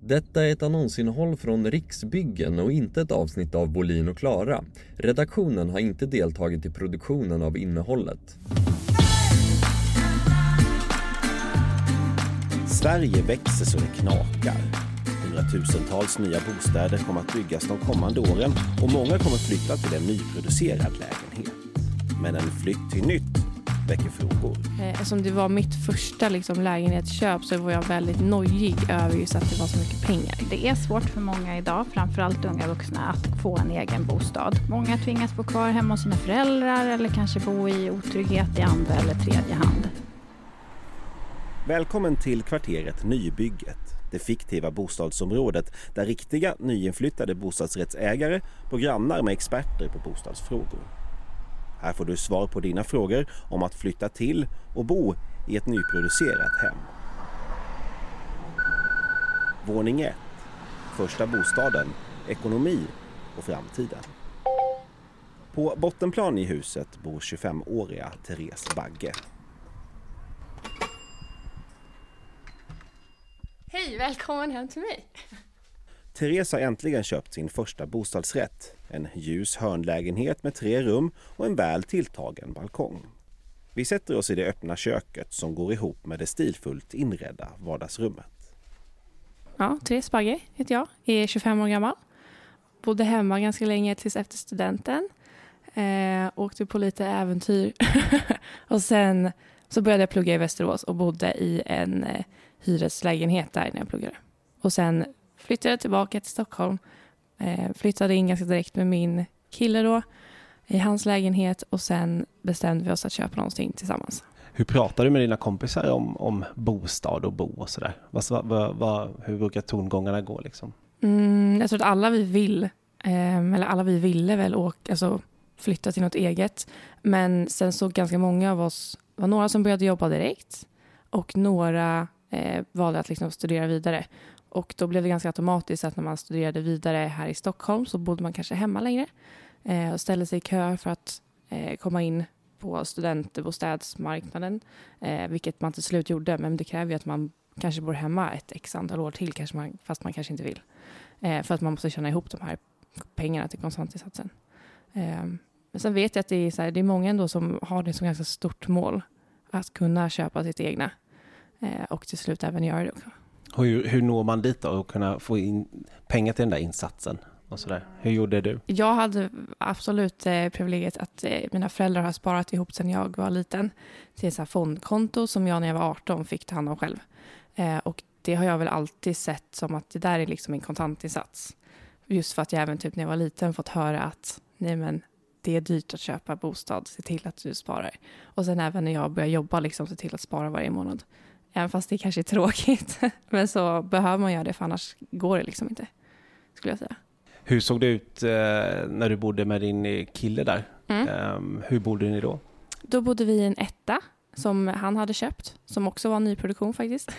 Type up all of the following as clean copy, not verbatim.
Detta är ett annonsinnehåll från Riksbyggen och inte ett avsnitt av Bolin och Klara. Redaktionen har inte deltagit i produktionen av innehållet. Sverige växer så det knakar. Hundratusentals nya bostäder kommer att byggas de kommande åren och många kommer flytta till en nyproducerad lägenhet. Men en flytt till nytt väcker frågor. Eftersom det var mitt första lägenhetsköp så var jag väldigt nojig över just att det var så mycket pengar. Det är svårt för många idag, framförallt unga vuxna, att få en egen bostad. Många tvingas bo kvar hemma hos sina föräldrar eller kanske bo i otrygghet i andra eller tredje hand. Välkommen till kvarteret Nybygget, det fiktiva bostadsområdet där riktiga nyinflyttade bostadsrättsägare på grannar med experter på bostadsfrågor. Här får du svar på dina frågor om att flytta till och bo i ett nyproducerat hem. Våning 1. Första bostaden, ekonomi och framtiden. På bottenplan i huset bor 25-åriga Therese Bagge. Hej, välkommen hem till mig. Therese har äntligen köpt sin första bostadsrätt. En ljus hörnlägenhet med 3 rum och en väl tilltagen balkong. Vi sätter oss i det öppna köket som går ihop med det stilfullt inredda vardagsrummet. Ja, Therese Bagge heter jag. Är 25 år gammal. Bodde hemma ganska länge tills efter studenten. Åkte på lite äventyr. Och sen så började jag plugga i Västerås och bodde i en hyreslägenhet där när jag pluggade. Och sen flyttade jag tillbaka till Stockholm. Flyttade in ganska direkt med min kille då i hans lägenhet och sen bestämde vi oss att köpa någonting tillsammans. Hur pratar du med dina kompisar om bostad och bo och sådär? Hur brukar tongångarna gå liksom? Jag tror att alla vi ville väl flytta till något eget. Men sen så ganska många av oss, var några som började jobba direkt och några valde att studera vidare. Och då blev det ganska automatiskt att när man studerade vidare här i Stockholm så bodde man kanske hemma längre och ställde sig i kö för att komma in på studentbostadsmarknaden, vilket man till slut gjorde. Men det kräver ju att man kanske bor hemma ett x antal år till, fast man kanske inte vill. För att man måste tjäna ihop de här pengarna till kontantinsatsen. Men sen vet jag att det är många ändå som har det som ganska stort mål att kunna köpa sitt egna och till slut även göra det också. Hur når man dit då och kunna få in pengar till den där insatsen? Och sådär. Hur gjorde du? Jag hade absolut privilegiet att mina föräldrar har sparat ihop sedan jag var liten till ett fondkonto som jag när jag var 18 fick ta hand om själv. Och det har jag väl alltid sett som att det där är liksom en kontantinsats. Just för att jag även när jag var liten fått höra att det är dyrt att köpa bostad, se till att du sparar. Och sen även när jag började jobba se till att spara varje månad. Även fast det kanske är tråkigt. Men så behöver man göra det för annars går det inte. Skulle jag säga. Hur såg det ut när du bodde med din kille där? Hur bodde ni då? Då bodde vi i en etta som han hade köpt. Som också var en nyproduktion faktiskt.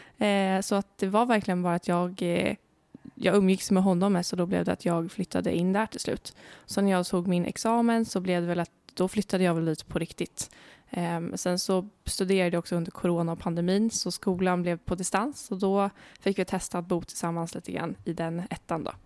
Så att det var verkligen bara att jag umgicks med honom. Så då blev det att jag flyttade in där till slut. Så när jag såg min examen så blev det väl att då flyttade jag väl lite på riktigt. Sen så studerade jag också under corona och pandemin så skolan blev på distans och då fick vi testa att bo tillsammans lite grann i den ettan då.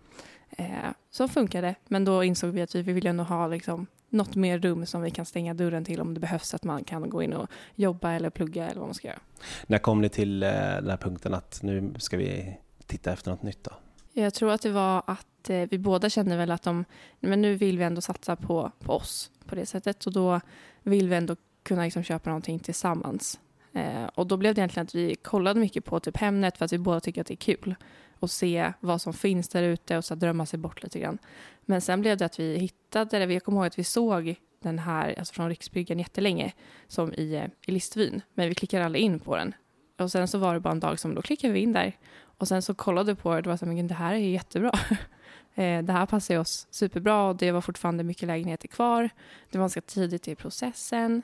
Så funkade, men då insåg vi att vi ville ändå ha något mer rum som vi kan stänga dörren till om det behövs att man kan gå in och jobba eller plugga eller vad man ska göra. När kom ni till den här punkten att nu ska vi titta efter något nytt då? Jag tror att det var att vi båda kände väl att men nu vill vi ändå satsa på oss på det sättet och då vill vi ändå kunna köpa någonting tillsammans. Och då blev det egentligen att vi kollade mycket på Hemnet för att vi båda tycker att det är kul att se vad som finns där ute och så drömma sig bort lite grann. Men sen blev det att vi hittade det. Jag kommer ihåg att vi såg den här från Riksbyggen jättelänge som i Listvyn. Men vi klickade aldrig in på den. Och sen så var det bara en dag som då klickade vi in där. Och sen så kollade vi på det och det var så men det här är jättebra. Det här passar oss superbra och det var fortfarande mycket lägenheter kvar. Det var ganska tidigt i processen.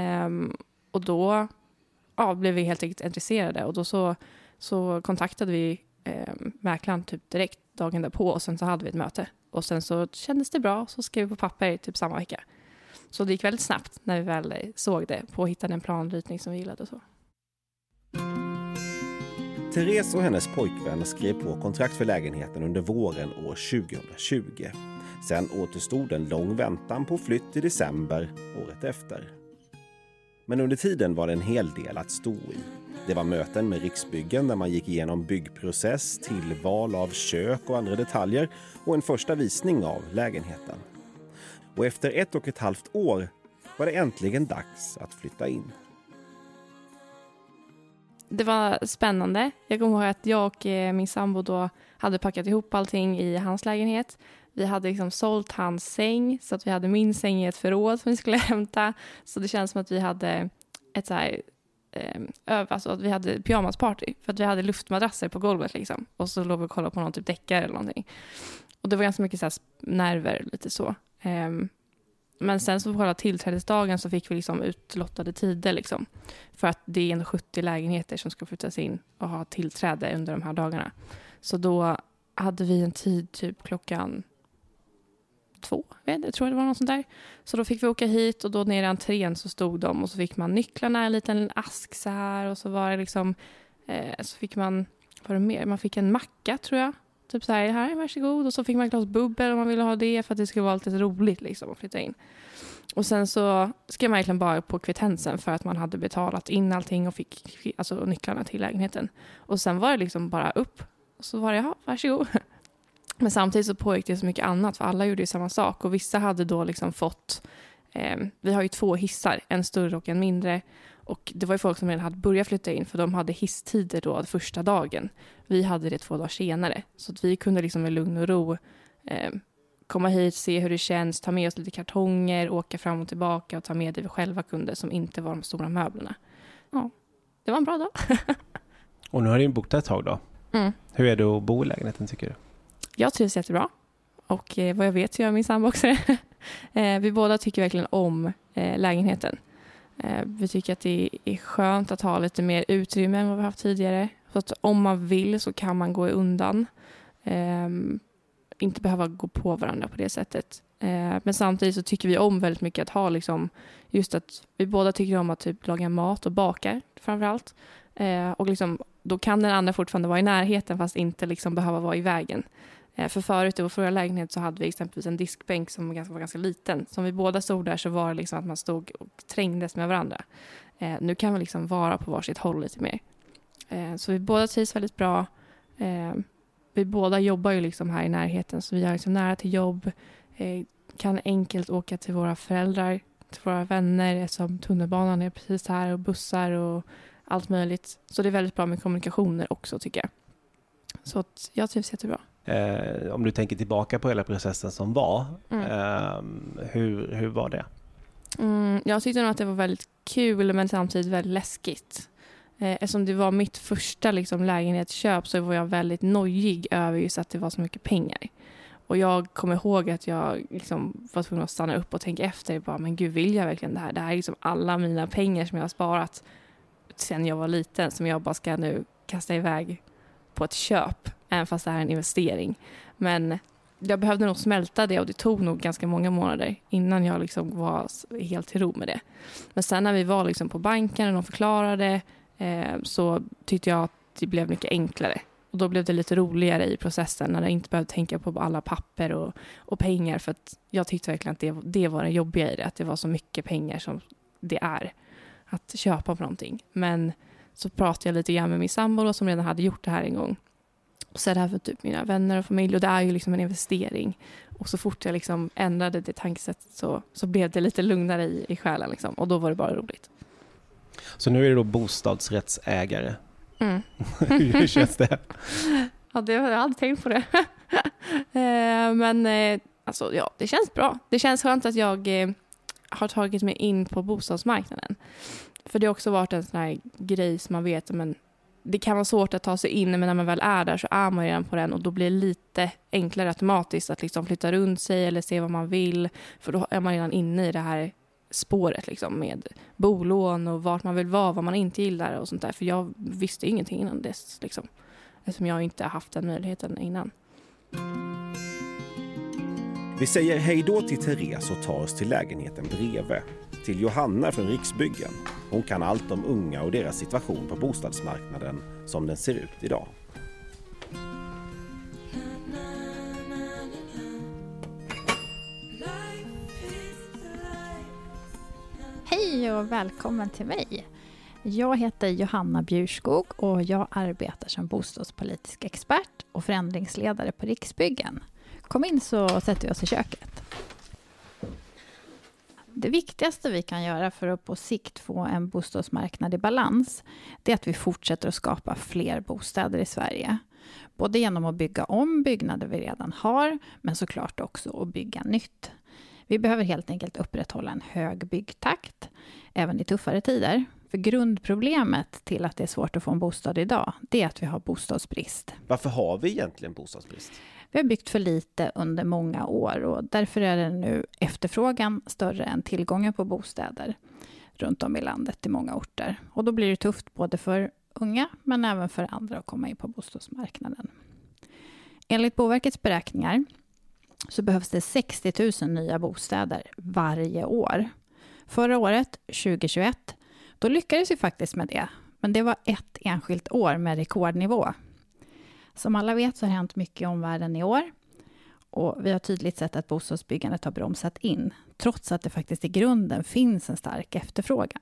Och då blev vi helt enkelt intresserade och då så kontaktade vi mäklaren direkt dagen därpå och sen så hade vi ett möte. Och sen så kändes det bra och så skrev vi på papper samma vecka. Så det gick väldigt snabbt när vi väl såg det på och hittade en planritning som vi gillade och så. Therese och hennes pojkvän skrev på kontrakt för lägenheten under våren år 2020. Sen återstod en lång väntan på flytt i december året efter. Men under tiden var det en hel del att stå i. Det var möten med Riksbyggen där man gick igenom byggprocess, tillval av kök och andra detaljer och en första visning av lägenheten. Och efter 1,5 år var det äntligen dags att flytta in. Det var spännande. Jag kommer ihåg att jag och min sambo då hade packat ihop allting i hans lägenhet. Vi hade liksom sålt hans säng så att vi hade min säng i ett förråd som vi skulle hämta. Så det känns som att vi hade ett så här, alltså att vi hade pyjamasparty. För att vi hade luftmadrasser på golvet liksom. Och så låg vi och kollade på någon typ deckare eller någonting. Och det var ganska mycket så här nerver, lite så. Men sen så på själva tillträdesdagen så fick vi liksom utlottade tider liksom. För att det är ändå 70 lägenheter som ska flyttas in och ha tillträde under de här dagarna. Så då hade vi en tid typ klockan 2, jag tror det var något sånt där. Så då fick vi åka hit och då nere i entrén så stod de och så fick man nycklarna i en liten ask så här och så var det liksom så fick man, vad var det mer? Man fick en macka tror jag. Typ så här, varsågod. Och så fick man ett glas bubbel om man ville ha det för att det skulle vara lite roligt liksom att flytta in. Och sen så skrev man egentligen bara på kvittensen för att man hade betalat in allting och fick alltså nycklarna till lägenheten. Och sen var det liksom bara upp. Och så var det, ja, varsågod. Men samtidigt så pågick det så mycket annat för alla gjorde ju samma sak. Och vissa hade då liksom fått, vi har ju 2 hissar, en större och en mindre. Och det var ju folk som redan hade börjat flytta in för de hade hisstider då första dagen. Vi hade det 2 dagar senare. Så att vi kunde liksom med lugn och ro komma hit, se hur det känns, ta med oss lite kartonger, åka fram och tillbaka och ta med det vi själva kunde som inte var de stora möblerna. Ja, det var en bra dag. Och nu har du bott där ett tag då. Mm. Hur är det att bo i lägenheten tycker du? Jag trivs jättebra. Och vad jag vet så gör min sambo också det. Vi båda tycker verkligen om lägenheten. Vi tycker att det är skönt att ha lite mer utrymme än vad vi haft tidigare. Så att om man vill så kan man gå undan. Inte behöva gå på varandra på det sättet. Men samtidigt så tycker vi om väldigt mycket att ha liksom, just att vi båda tycker om att typ laga mat och baka framförallt. Och liksom, då kan den andra fortfarande vara i närheten fast inte liksom behöva vara i vägen. För förut i vår förra lägenhet så hade vi exempelvis en diskbänk som var ganska liten. Som vi båda stod där så var det liksom att man stod och trängdes med varandra. Nu kan vi liksom vara på varsitt håll lite mer. Så vi båda trivs väldigt bra. Vi båda jobbar ju liksom här i närheten så vi har liksom nära till jobb. Kan enkelt åka till våra föräldrar, till våra vänner som tunnelbanan är precis här och bussar och allt möjligt. Så det är väldigt bra med kommunikationer också tycker jag. Så att jag trivs jättebra. Om du tänker tillbaka på hela processen som var, hur var det? Jag tyckte nog att det var väldigt kul men samtidigt väldigt läskigt. Eftersom det var mitt första liksom, lägenhetsköp så var jag väldigt nojig över just att det var så mycket pengar. Och jag kommer ihåg att jag liksom var tvungen att stanna upp och tänka efter. Bara, men gud, vill jag verkligen det här? Det här är liksom alla mina pengar som jag har sparat sedan jag var liten som jag bara ska nu kasta iväg på ett köp. Även fast det här är en investering. Men jag behövde nog smälta det och det tog nog ganska många månader innan jag liksom var helt till ro med det. Men sen när vi var liksom på banken och de förklarade så tyckte jag att det blev mycket enklare. Och då blev det lite roligare i processen när jag inte behövde tänka på alla papper och pengar. För att jag tyckte verkligen att det var det jobbiga i det. Att det var så mycket pengar som det är att köpa på någonting. Men så pratade jag lite grann med min sambo då, som redan hade gjort det här en gång. Och så är det här för typ mina vänner och familj. Och det är ju liksom en investering. Och så fort jag liksom ändrade det tankesättet så blev det lite lugnare i själen. Liksom. Och då var det bara roligt. Så nu är det då bostadsrättsägare. Mm. Hur känns det? Ja, jag har aldrig tänkt på det. Men alltså, ja, det känns bra. Det känns skönt att jag har tagit mig in på bostadsmarknaden. För det har också varit en sån här grej som man vet, men det kan vara svårt att ta sig in, men när man väl är där så är man redan på den och då blir det lite enklare automatiskt att liksom flytta runt sig eller se vad man vill. För då är man redan inne i det här spåret liksom, med bolån och vart man vill vara, vad man inte gillar och sånt där. För jag visste ingenting innan dess liksom, eftersom jag inte har haft den möjligheten innan. Vi säger hej då till Therese och tar oss till lägenheten bredvid. till Johanna från Riksbyggen. Hon kan allt om unga och deras situation på bostadsmarknaden som den ser ut idag. Hej och välkommen till mig. Jag heter Johanna Bjurskog och jag arbetar som bostadspolitisk expert och förändringsledare på Riksbyggen. Kom in så sätter vi oss i köket. Det viktigaste vi kan göra för att på sikt få en bostadsmarknad i balans, det är att vi fortsätter att skapa fler bostäder i Sverige. Både genom att bygga om byggnader vi redan har, men såklart också att bygga nytt. Vi behöver helt enkelt upprätthålla en hög byggtakt, även i tuffare tider. För grundproblemet till att det är svårt att få en bostad idag, det är att vi har bostadsbrist. Varför har vi egentligen bostadsbrist? Vi har byggt för lite under många år och därför är det nu efterfrågan större än tillgången på bostäder runt om i landet i många orter. Och då blir det tufft både för unga men även för andra att komma in på bostadsmarknaden. Enligt Boverkets beräkningar så behövs det 60 000 nya bostäder varje år. Förra året, 2021, då lyckades vi faktiskt med det. Men det var ett enskilt år med rekordnivå. Som alla vet så har hänt mycket i omvärlden i år. Och vi har tydligt sett att bostadsbyggandet har bromsat in. Trots att det faktiskt i grunden finns en stark efterfrågan.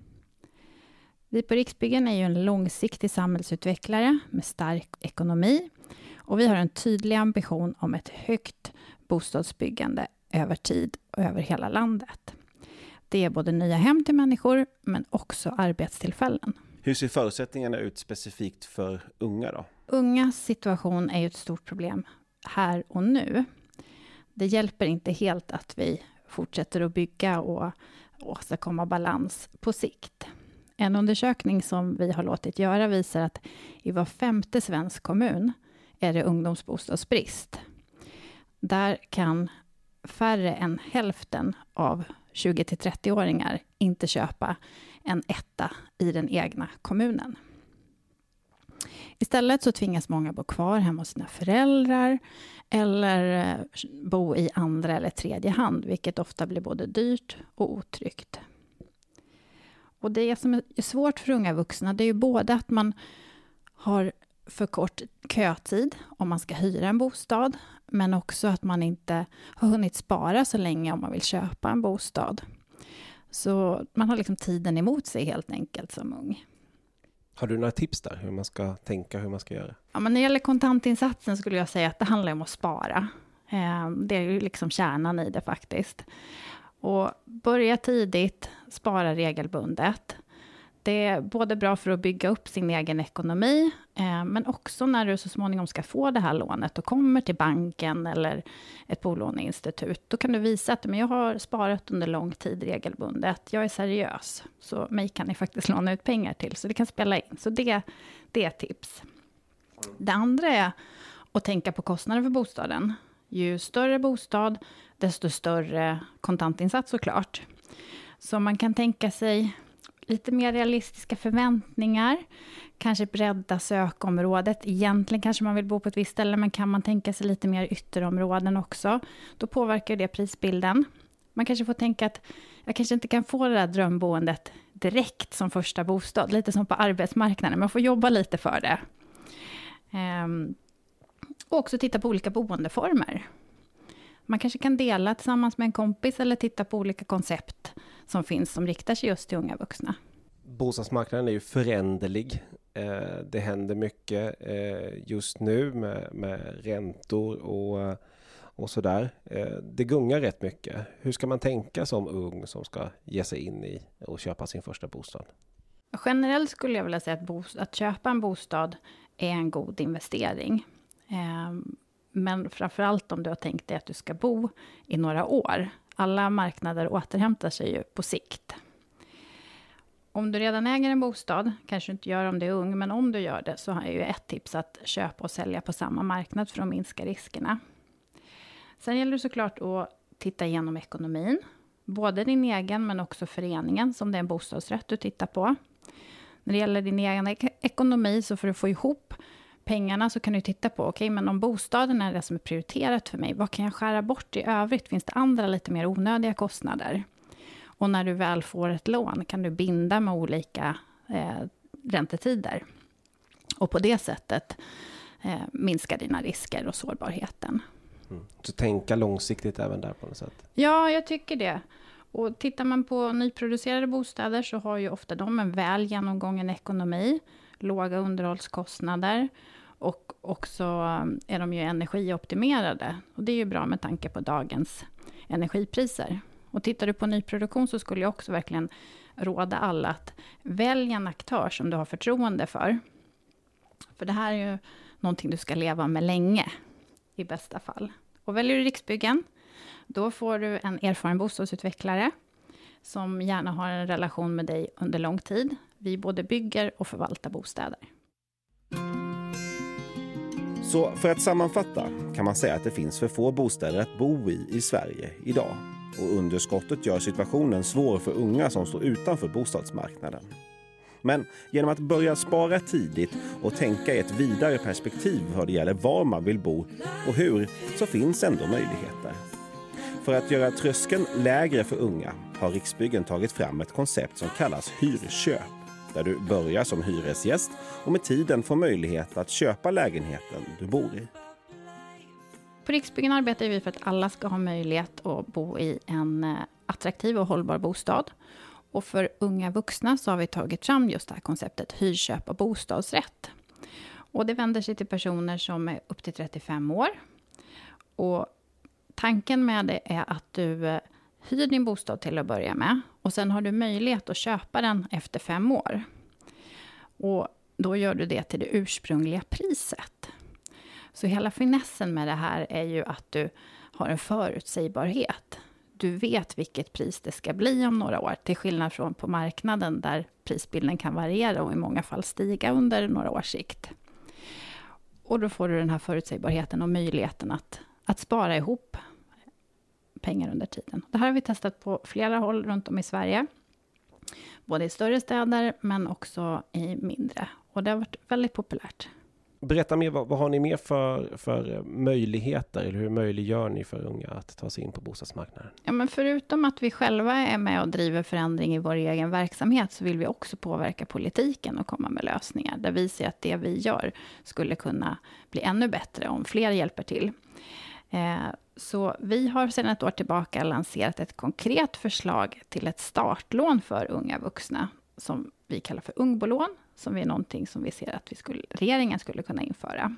Vi på Riksbyggen är ju en långsiktig samhällsutvecklare med stark ekonomi. Och vi har en tydlig ambition om ett högt bostadsbyggande över tid och över hela landet. Det är både nya hem till människor men också arbetstillfällen. Hur ser förutsättningarna ut specifikt för unga då? Ungas situation är ju ett stort problem här och nu. Det hjälper inte helt att vi fortsätter att bygga och åstadkomma balans på sikt. En undersökning som vi har låtit göra visar att i var 5:e svensk kommun är det ungdomsbostadsbrist. Där kan färre än hälften av 20-30-åringar inte köpa en etta i den egna kommunen. Istället så tvingas många bo kvar hemma hos sina föräldrar eller bo i andra eller tredje hand, vilket ofta blir både dyrt och otryggt. Och det som är svårt för unga vuxna, det är ju både att man har för kort kötid om man ska hyra en bostad, men också att man inte har hunnit spara så länge om man vill köpa en bostad. Så man har liksom tiden emot sig helt enkelt som ung. Har du några tips där hur man ska tänka, hur man ska göra? Ja, men när det gäller kontantinsatsen skulle jag säga att det handlar om att spara. Det är ju liksom kärnan i det faktiskt. Och börja tidigt, spara regelbundet. Det är både bra för att bygga upp sin egen ekonomi, men också när du så småningom ska få det här lånet och kommer till banken eller ett bolåneinstitut. Då kan du visa att jag har sparat under lång tid regelbundet. Jag är seriös, så mig kan ni faktiskt låna ut pengar till. Så det kan spela in. Så det är ett tips. Det andra är att tänka på kostnaden för bostaden. Ju större bostad, desto större kontantinsats såklart. Så man kan tänka sig lite mer realistiska förväntningar. Kanske bredda sökområdet. Egentligen kanske man vill bo på ett visst ställe, men kan man tänka sig lite mer ytterområden också. Då påverkar det prisbilden. Man kanske får tänka att jag kanske inte kan få det där drömboendet direkt som första bostad. Lite som på arbetsmarknaden. Man får jobba lite för det. Och också titta på olika boendeformer. Man kanske kan dela tillsammans med en kompis eller titta på olika koncept som finns som riktar sig just till unga vuxna. Bostadsmarknaden är ju föränderlig. Det händer mycket just nu med räntor och sådär. Det gungar rätt mycket. Hur ska man tänka som ung som ska ge sig in i och köpa sin första bostad? Generellt skulle jag vilja säga att köpa en bostad är en god investering. Men framförallt om du har tänkt dig att du ska bo i några år. Alla marknader återhämtar sig ju på sikt. Om du redan äger en bostad, kanske inte gör om du är ung, men om du gör det så är ju ett tips att köpa och sälja på samma marknad för att minska riskerna. Sen gäller det såklart att titta igenom ekonomin. Både din egen men också föreningen, som det är en bostadsrätt du tittar på. När det gäller din egen ekonomi, så för att få ihop pengarna så kan du titta på, okej, men om bostaden är det som är prioriterat för mig, vad kan jag skära bort i övrigt? Finns det andra lite mer onödiga kostnader? Och när du väl får ett lån kan du binda med olika räntetider. Och på det sättet minska dina risker och sårbarheten. Så tänka långsiktigt även där på något sätt? Ja, jag tycker det. Och tittar man på nyproducerade bostäder så har ju ofta de en väl genomgången ekonomi, låga underhållskostnader och också är de ju energioptimerade. Och det är ju bra med tanke på dagens energipriser. Och tittar du på nyproduktion så skulle jag också verkligen råda alla att välja en aktör som du har förtroende för. För det här är ju någonting du ska leva med länge i bästa fall. Och väljer du Riksbyggen, då får du en erfaren bostadsutvecklare som gärna har en relation med dig under lång tid. Vi både bygger och förvaltar bostäder. Så för att sammanfatta kan man säga att det finns för få bostäder att bo i Sverige idag. Och underskottet gör situationen svår för unga som står utanför bostadsmarknaden. Men genom att börja spara tidigt och tänka i ett vidare perspektiv vad det gäller var man vill bo och hur, så finns ändå möjligheter. För att göra tröskeln lägre för unga har Riksbyggen tagit fram ett koncept som kallas hyrköp. Där du börjar som hyresgäst och med tiden får möjlighet att köpa lägenheten du bor i. På Riksbyggen arbetar vi för att alla ska ha möjlighet att bo i en attraktiv och hållbar bostad. Och för unga vuxna så har vi tagit fram just det här konceptet hyrköp och bostadsrätt. Och det vänder sig till personer som är upp till 35 år. Och tanken med det är att du hyr din bostad till att börja med. Och sen har du möjlighet att köpa den efter 5 år. Och då gör du det till det ursprungliga priset. Så hela finessen med det här är ju att du har en förutsägbarhet. Du vet vilket pris det ska bli om några år. Till skillnad från på marknaden där prisbilden kan variera och i många fall stiga under några års sikt. Och då får du den här förutsägbarheten och möjligheten att spara ihop pengar under tiden. Det här har vi testat på flera håll runt om i Sverige. Både i större städer men också i mindre. Och det har varit väldigt populärt. Berätta mer, vad har ni mer för möjligheter eller hur möjliggör ni för unga att ta sig in på bostadsmarknaden? Ja, men förutom att vi själva är med och driver förändring i vår egen verksamhet så vill vi också påverka politiken och komma med lösningar där vi ser att det vi gör skulle kunna bli ännu bättre om fler hjälper till. Så vi har sedan ett år tillbaka lanserat ett konkret förslag till ett startlån för unga vuxna som vi kallar för ungbolån, som är någonting som vi ser att regeringen skulle kunna införa.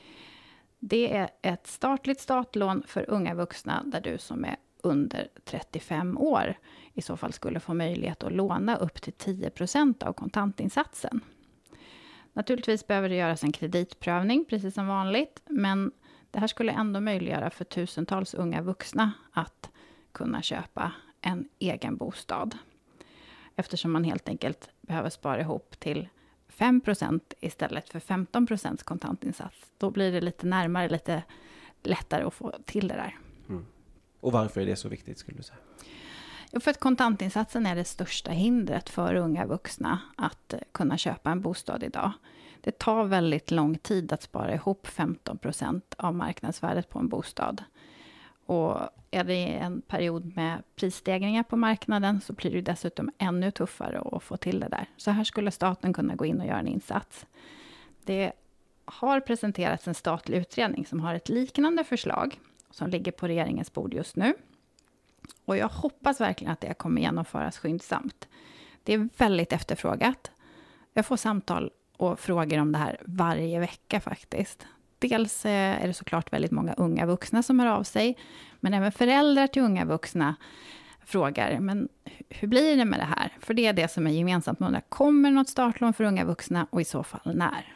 Det är ett statligt startlån för unga vuxna där du som är under 35 år i så fall skulle få möjlighet att låna upp till 10% av kontantinsatsen. Naturligtvis behöver det göras en kreditprövning precis som vanligt, men det här skulle ändå möjliggöra för tusentals unga vuxna att kunna köpa en egen bostad. Eftersom man helt enkelt behöver spara ihop till 5% istället för 15% kontantinsats. Då blir det lite närmare, lite lättare att få till det där. Mm. Och varför är det så viktigt skulle du säga? Jo, för att kontantinsatsen är det största hindret för unga vuxna att kunna köpa en bostad idag. Det tar väldigt lång tid att spara ihop 15% av marknadsvärdet på en bostad. Och är det en period med prisstegringar på marknaden så blir det dessutom ännu tuffare att få till det där. Så här skulle staten kunna gå in och göra en insats. Det har presenterats en statlig utredning som har ett liknande förslag som ligger på regeringens bord just nu. Och jag hoppas verkligen att det kommer genomföras skyndsamt. Det är väldigt efterfrågat. Jag får samtal och frågor om det här varje vecka faktiskt. Dels är det såklart väldigt många unga vuxna som hör av sig. Men även föräldrar till unga vuxna frågar, men hur blir det med det här? För det är det som är gemensamt med undrar, kommer något startlån för unga vuxna och i så fall när?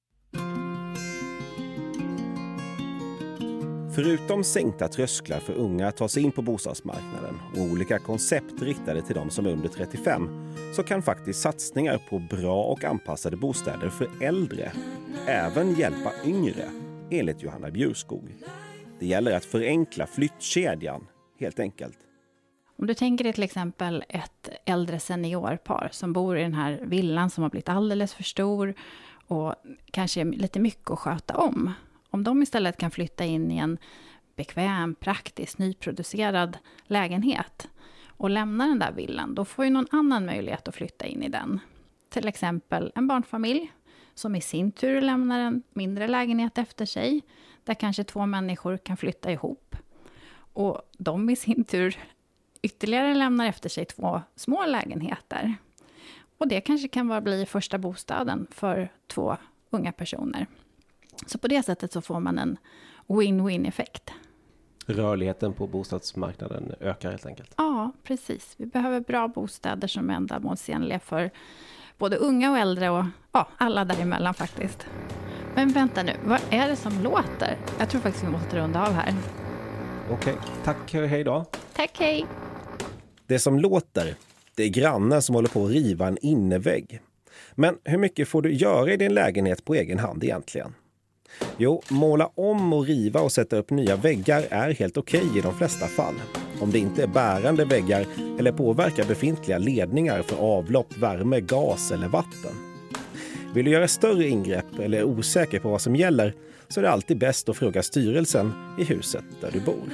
Förutom sänkta trösklar för unga att ta sig in på bostadsmarknaden och olika koncept riktade till de som är under 35 så kan faktiskt satsningar på bra och anpassade bostäder för äldre även hjälpa yngre, enligt Johanna Bjurskog. Det gäller att förenkla flyttkedjan, helt enkelt. Om du tänker dig till exempel ett äldre seniorpar som bor i den här villan som har blivit alldeles för stor och kanske lite mycket att sköta om. Om de istället kan flytta in i en bekväm, praktisk, nyproducerad lägenhet och lämnar den där villan, då får ju någon annan möjlighet att flytta in i den. Till exempel en barnfamilj som i sin tur lämnar en mindre lägenhet efter sig, där kanske 2 människor kan flytta ihop. Och de i sin tur ytterligare lämnar efter sig 2 små lägenheter. Och det kanske kan bli första bostaden för 2 unga personer. Så på det sättet så får man en win-win-effekt. Rörligheten på bostadsmarknaden ökar helt enkelt. Ja, precis. Vi behöver bra bostäder som är ändamålsenliga för både unga och äldre och alla däremellan faktiskt. Men vänta nu, vad är det som låter? Jag tror faktiskt vi måste runda av här. Okej, tack, hej då. Tack, hej! Det som låter, det är grannen som håller på att riva en innevägg. Men hur mycket får du göra i din lägenhet på egen hand egentligen? Jo, måla om och riva och sätta upp nya väggar är helt okej i de flesta fall. Om det inte är bärande väggar eller påverkar befintliga ledningar för avlopp, värme, gas eller vatten. Vill du göra större ingrepp eller är osäker på vad som gäller så är det alltid bäst att fråga styrelsen i huset där du bor.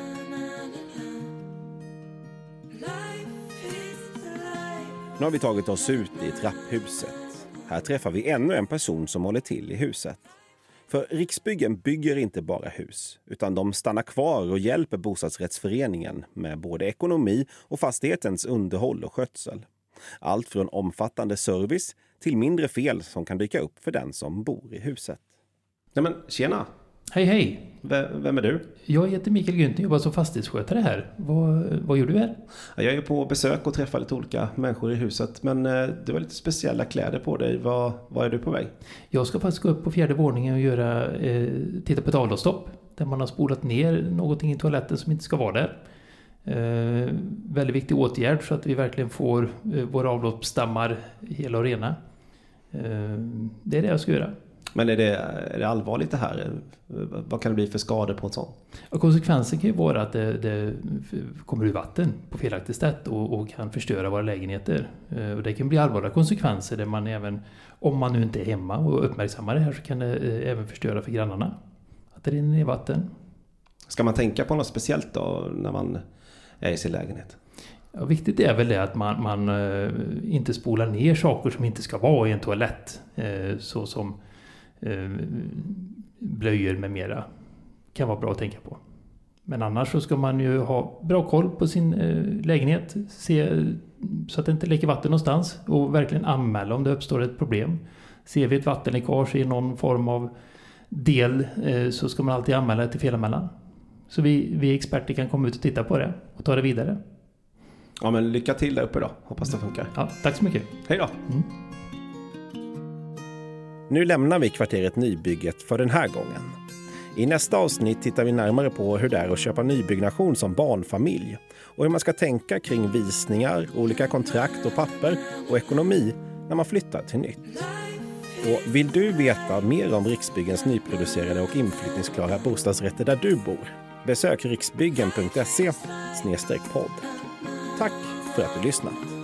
Nu har vi tagit oss ut i trapphuset. Här träffar vi ännu en person som håller till i huset. För Riksbyggen bygger inte bara hus, utan de stannar kvar och hjälper bostadsrättsföreningen med både ekonomi och fastighetens underhåll och skötsel. Allt från omfattande service till mindre fel som kan dyka upp för den som bor i huset. Nej men, tjena! Hej, hej! Vem är du? Jag heter Mikael Günther och jobbar som fastighetsskötare här. Vad gör du här? Jag är på besök och träffar lite olika människor i huset. Men du har lite speciella kläder på dig. Vad är du på väg? Jag ska faktiskt gå upp på 4:e våningen och titta på ett avloppsstopp. Där man har spolat ner någonting i toaletten som inte ska vara där. Väldigt viktig åtgärd så att vi verkligen får våra avloppsstammar hela och rena. Det är det jag ska göra. Men är det allvarligt det här? Vad kan det bli för skador på en sån? Ja, konsekvensen kan ju vara att det kommer ur vatten på felaktigt sätt och kan förstöra våra lägenheter. Och det kan bli allvarliga konsekvenser där man även, om man nu inte är hemma och uppmärksammar det här, så kan det även förstöra för grannarna. Att det rinner ner vatten. Ska man tänka på något speciellt då när man är i sin lägenhet? Ja, viktigt är väl det att man inte spolar ner saker som inte ska vara i en toalett. Så som blöjor med mera kan vara bra att tänka på. Men annars så ska man ju ha bra koll på sin lägenhet, se så att det inte läcker vatten någonstans och verkligen anmäla om det uppstår ett problem. Ser vi ett vattenläckage i någon form av del så ska man alltid anmäla det till felanmälan. Så vi experter kan komma ut och titta på det och ta det vidare. Ja, men lycka till där uppe då. Hoppas det funkar. Ja, tack så mycket. Hej då. Mm. Nu lämnar vi kvarteret Nybygget för den här gången. I nästa avsnitt tittar vi närmare på hur det är att köpa nybyggnation som barnfamilj och hur man ska tänka kring visningar, olika kontrakt och papper och ekonomi när man flyttar till nytt. Och vill du veta mer om Riksbyggens nyproducerade och inflyttningsklara bostadsrätter där du bor? Besök riksbyggen.se/podd. Tack för att du lyssnat.